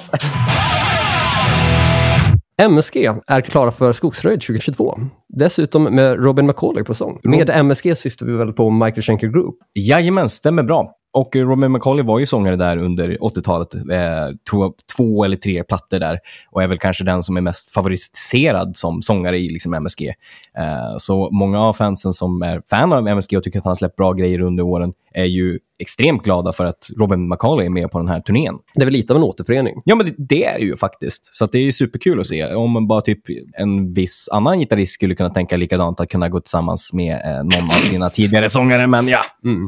M S G är klara för Skogsröjd tjugo tjugotvå. Dessutom med Robin McCauley på sång. Med M S G syftar vi väl på Michael Schenker Group? Jajamän, stämmer bra. Och Robin McCauley var ju sångare där under åttiotalet. Eh, tror två eller tre plattor där. Och är väl kanske den som är mest favoriserad som sångare i liksom M S G. Eh, så många av fansen som är fan av M S G och tycker att han släppt bra grejer under åren är ju extremt glada för att Robin McCauley är med på den här turnén. Det är väl lite av en återförening? Ja, men det, det är det ju faktiskt. Så att det är ju superkul att se. Om man bara typ en viss annan gitarrist skulle kunna tänka likadant att kunna gå tillsammans med eh, någon av sina tidigare sångare, men ja. Mm.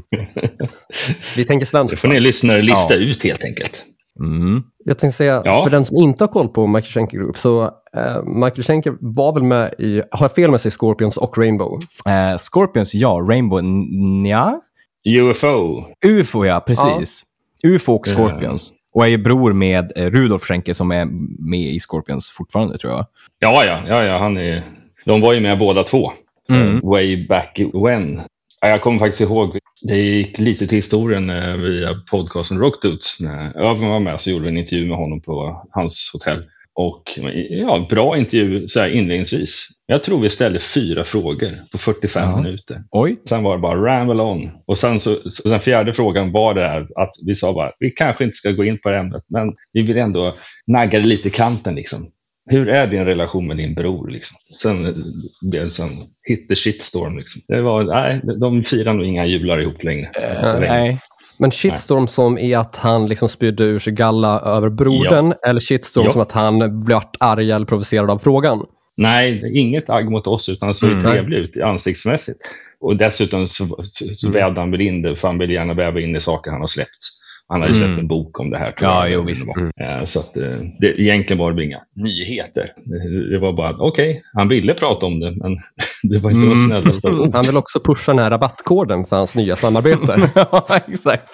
Vi tänker svenskt. Det får ni lyssnare lista ja. ut helt enkelt. Mm. Jag tänkte säga, ja. för den som inte har koll på Michael Schenker Group, så eh, Michael Schenker var väl med i, har jag fel med sig, Scorpions och Rainbow? Eh, Scorpions, ja. Rainbow, ja. U F O. U F O, ja, precis. Ja. U F O och Scorpions. Mm. Och är bror med eh, Rudolf Schenker som är med i Scorpions fortfarande, tror jag. Ja, ja, ja, ja han är... De var ju med båda två. Mm. Way back when. Jag kommer faktiskt ihåg, det gick lite till historien eh, via podcasten Rockdudes. När Öven var med så gjorde vi en intervju med honom på hans hotell. Och ja, bra intervju så här inledningsvis. Jag tror vi ställde fyra frågor på fyrtiofem ja. minuter. Oj. Sen var det bara ramble on. Och sen så, så den fjärde frågan var det här att vi sa bara, vi kanske inte ska gå in på det ämnet, men vi vill ändå nagga det lite i kanten liksom. Hur är din relation med din bror liksom? Sen blev det en hit the shitstorm liksom. Det var, nej, de firar nog inga jular ihop längre. Uh, nej. Men shitstorm nej. som är att han liksom spydde ur sig galla över brodern, ja. eller shitstorm ja. som att han blev arg eller provocerad av frågan? Nej, inget agg mot oss utan så mm. trevligt ut ansiktsmässigt. Och dessutom så, så, så mm. vävde han väl in det, för han ville gärna väva in i saker han har släppt. Han har ju släppt mm. en bok om det här. Ja, jo, visst. Mm. Så att det, egentligen var det inga nyheter. Det, det var bara, okej, okay, han ville prata om det, men det var inte mm. vad snällast. Han vill också pusha den här rabattkoden för hans nya samarbete. Ja, exakt.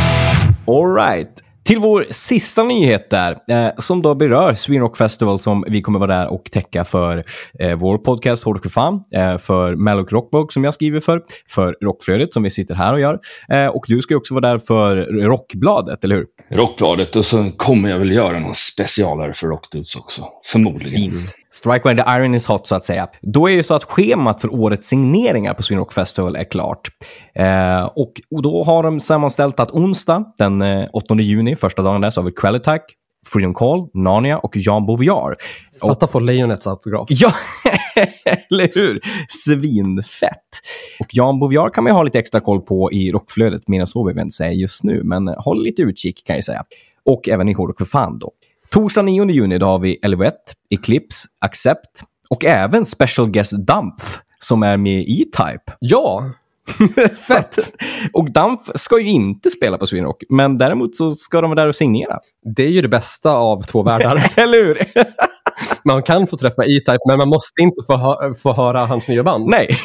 All right. Till vår sista nyhet där, eh, som då berör Sweden Rock Festival, som vi kommer vara där och täcka för eh, vår podcast Hårdrock för fan, eh, för Mellow Rockblog som jag skriver för, för Rockflödet som vi sitter här och gör. Eh, och du ska också vara där för Rockbladet, eller hur? Rockbladet, och så kommer jag väl göra någon specialare för Rockdudes också, förmodligen. Fint. Strike when the iron is hot, så att säga. Då är det så att schemat för årets signeringar på Sweden Rock Festival är klart. Eh, och, och då har de sammanställt att onsdag, den eh, åttonde juni, första dagen där, så har vi Quell-Attack, Freedom Call, Narnia och Jan Boviar. Fatta få Lejonets autograf. Ja, eller hur? Svinfett. Och Jan Boviar kan man ju ha lite extra koll på i Rockflödet, medan så vill jag inte säga just nu, men håll lite utkik kan jag säga. Och även i Hårdrock för fan då. Torsdag nionde juni då har vi Elevett, Eclipse, Accept Och även special guest Dampf som är med i E-Type. Ja, fett! Och Dampf ska ju inte spela på Sweden Rock, men däremot så ska de vara där och signera. Det är ju det bästa av två världar. Eller hur? Man kan få träffa E-Type, men man måste inte få, hö- få höra hans nya band. Nej.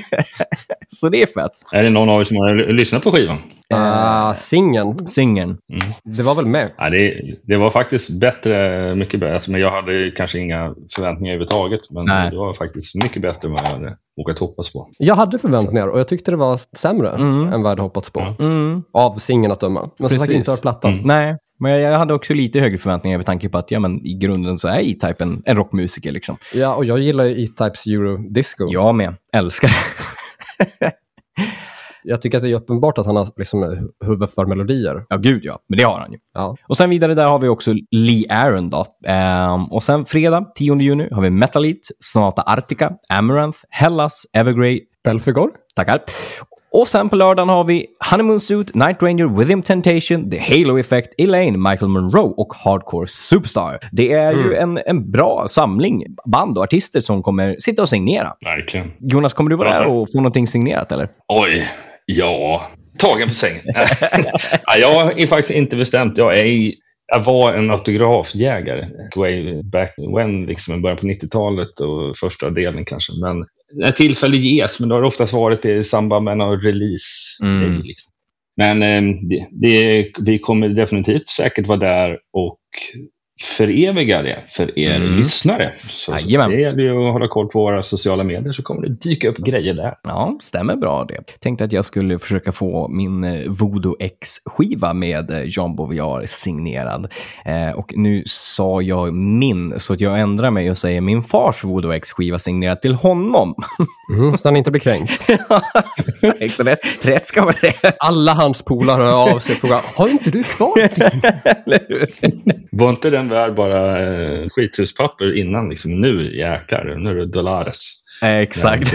Så det är fett. Är det någon av er som har lyssnat på skivan? Uh, Singen. Singen. Mm. Det var väl med? Ja, det, det var faktiskt bättre, mycket bättre. Alltså, men jag hade kanske inga förväntningar överhuvudtaget. Men Nej. det var faktiskt mycket bättre än vad jag hade vågat hoppas på. Jag hade förväntningar och jag tyckte det var sämre Mm. än vad jag hade hoppats på. Mm. Av Singen att döma. Men som sagt Precis. inte hört plattan. Mm. Nej, men jag, jag hade också lite högre förväntningar med tanke på att ja, men i grunden så är E-Type en, en rockmusiker liksom. Ja, och jag gillar ju E-Types Eurodisco. Jag med. Älskar det. Jag tycker att det är uppenbart att han har liksom huvud för melodier. Ja, gud ja. Men det har han ju. Ja. Och sen vidare där har vi också Lee Aaron då. Ehm, och sen fredag, tionde juni, har vi Metalit, Sonata Arctica, Amaranth, Hellas, Evergrey. Belfegor. Tackar. Och sen på lördagen har vi Honeymoon Suit, Night Ranger, Within Temptation, The Halo Effect, Elaine, Michael Monroe och Hardcore Superstar. Det är mm. ju en, en bra samling band och artister som kommer sitta och signera. Verkligen. Jonas, kommer du vara där och få någonting signerat eller? Oj, ja. Tagen på sängen. Ja, jag är faktiskt inte bestämt. Jag, är, jag var en autografjägare. Way back when, liksom i början på nittiotalet och första delen kanske. Men när tillfälle ges, men det har oftast varit i samband med någon release. Mm. Liksom. Men eh, det, det, vi kommer definitivt säkert vara där och föreviga det för er Mm. lyssnare. Så, så det gäller ju att hålla koll på våra sociala medier så kommer det dyka upp grejer där. Ja, stämmer bra det. Tänkte att jag skulle försöka få min eh, Voodoo X-skiva med eh, Jean Beauvoir signerad. Eh, och nu sa jag min, så att jag ändrar mig och säger min fars Voodoo X-skiva signerad till honom. Mm, så han inte blir kränkt. Exakt, rätt, rätt ska vara det. Alla hans polare hör av sig och frågar, har inte du kvar din? Var inte den värd bara eh, skithuspapper innan? Liksom, nu jäklar, nu är det dollares. Eh, exakt.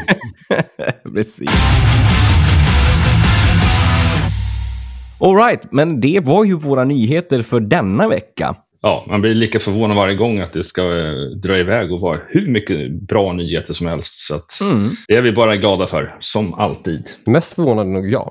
Precis. All right, men det var ju våra nyheter för denna vecka. Ja, man blir lika förvånad varje gång att det ska eh, dra iväg och vara hur mycket bra nyheter som helst. Så att Mm. det är vi bara glada för, som alltid. Mest förvånad nog jag.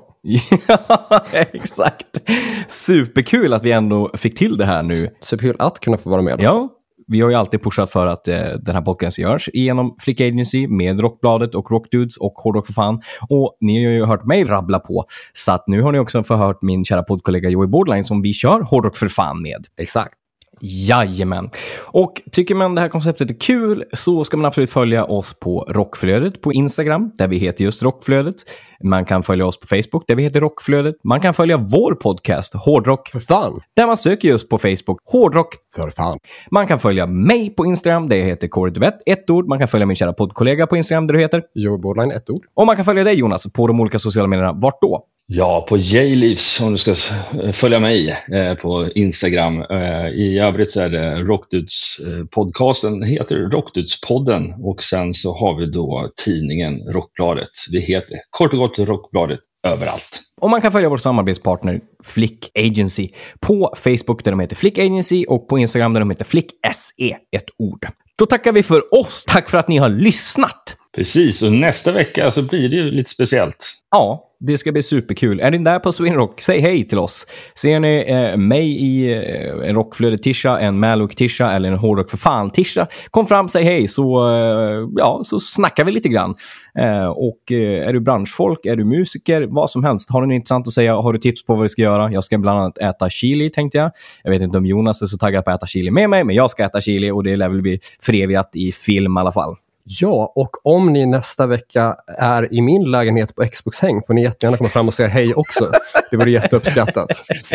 Ja, exakt. Superkul att vi ändå fick till det här nu. Superkul att kunna få vara med. Ja, vi har ju alltid pushat för att eh, den här podcasten görs genom Flick Agency med Rockbladet och Rockdudes och Hårdrock för fan. Och ni har ju hört mig rabbla på. Så att nu har ni också förhört min kära poddkollega Joey Borderline som vi kör Hårdrock för fan med. Exakt. Jajamän. Och tycker man det här konceptet är kul så ska man absolut följa oss på Rockflödet på Instagram där vi heter just Rockflödet. Man kan följa oss på Facebook där vi heter Rockflödet. Man kan följa vår podcast Hårdrock för fan där man söker just på Facebook Hårdrock för fan. Man kan följa mig på Instagram där jag heter Corey Duvett, ett ord. Man kan följa min kära poddkollega på Instagram där du heter Joey Borderline, ett ord. Och man kan följa dig Jonas på de olika sociala medierna. Vart då? Ja, på J-Leaves om du ska följa mig eh, på Instagram. Eh, I övrigt så är det Rockdudes eh, podcasten heter Rockdudes-podden och sen så har vi då tidningen Rockbladet. Vi heter kort och gott Rockbladet överallt. Och man kan följa vår samarbetspartner Flick Agency på Facebook där de heter Flick Agency och på Instagram där de heter Flick S E, ett ord. Då tackar vi för oss. Tack för att ni har lyssnat. Precis, och nästa vecka så blir det ju lite speciellt. Ja, det ska bli superkul. Är ni där på Sweden Rock, säg hej till oss. Ser ni eh, mig i eh, en Rockflödet-tisha, en Maluk-tisha eller en Hårdrock för fan-tisha, kom fram, säg hej så, eh, ja, så snackar vi lite grann. Eh, och eh, är du branschfolk, är du musiker, vad som helst. Har du något intressant att säga, har du tips på vad vi ska göra? Jag ska bland annat äta chili, tänkte jag. Jag vet inte om Jonas är så taggad på att äta chili med mig, men jag ska äta chili och det lär väl bli förevigat i film i alla fall. Ja, och om ni nästa vecka är i min lägenhet på Xbox-häng får ni jättegärna komma fram och säga hej också. Det vore jätteuppskattat.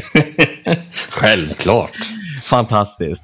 Självklart. Fantastiskt.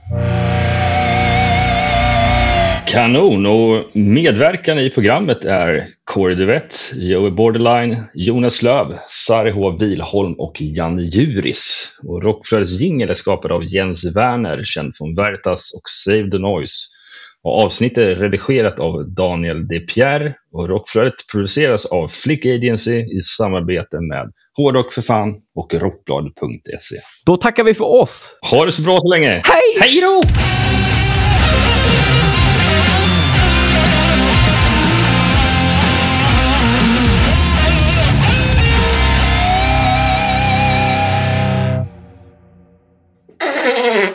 Kanon, och medverkan i programmet är Corey Duvett, Joey Borderline, Jonas Löv, Sari H. Wilholm och Jan Juris. Och Rockflödets jingle är skapad av Jens Werner, känd från Veritas och Save the Noise. Och avsnittet är redigerat av Daniel De Pierre och Rockflödet produceras av Flick Agency i samarbete med Hårdrock för fan och rockblad punkt se. Då tackar vi för oss. Ha det så bra så länge. Hej! Hej då!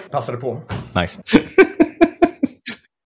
Passade på. Nice.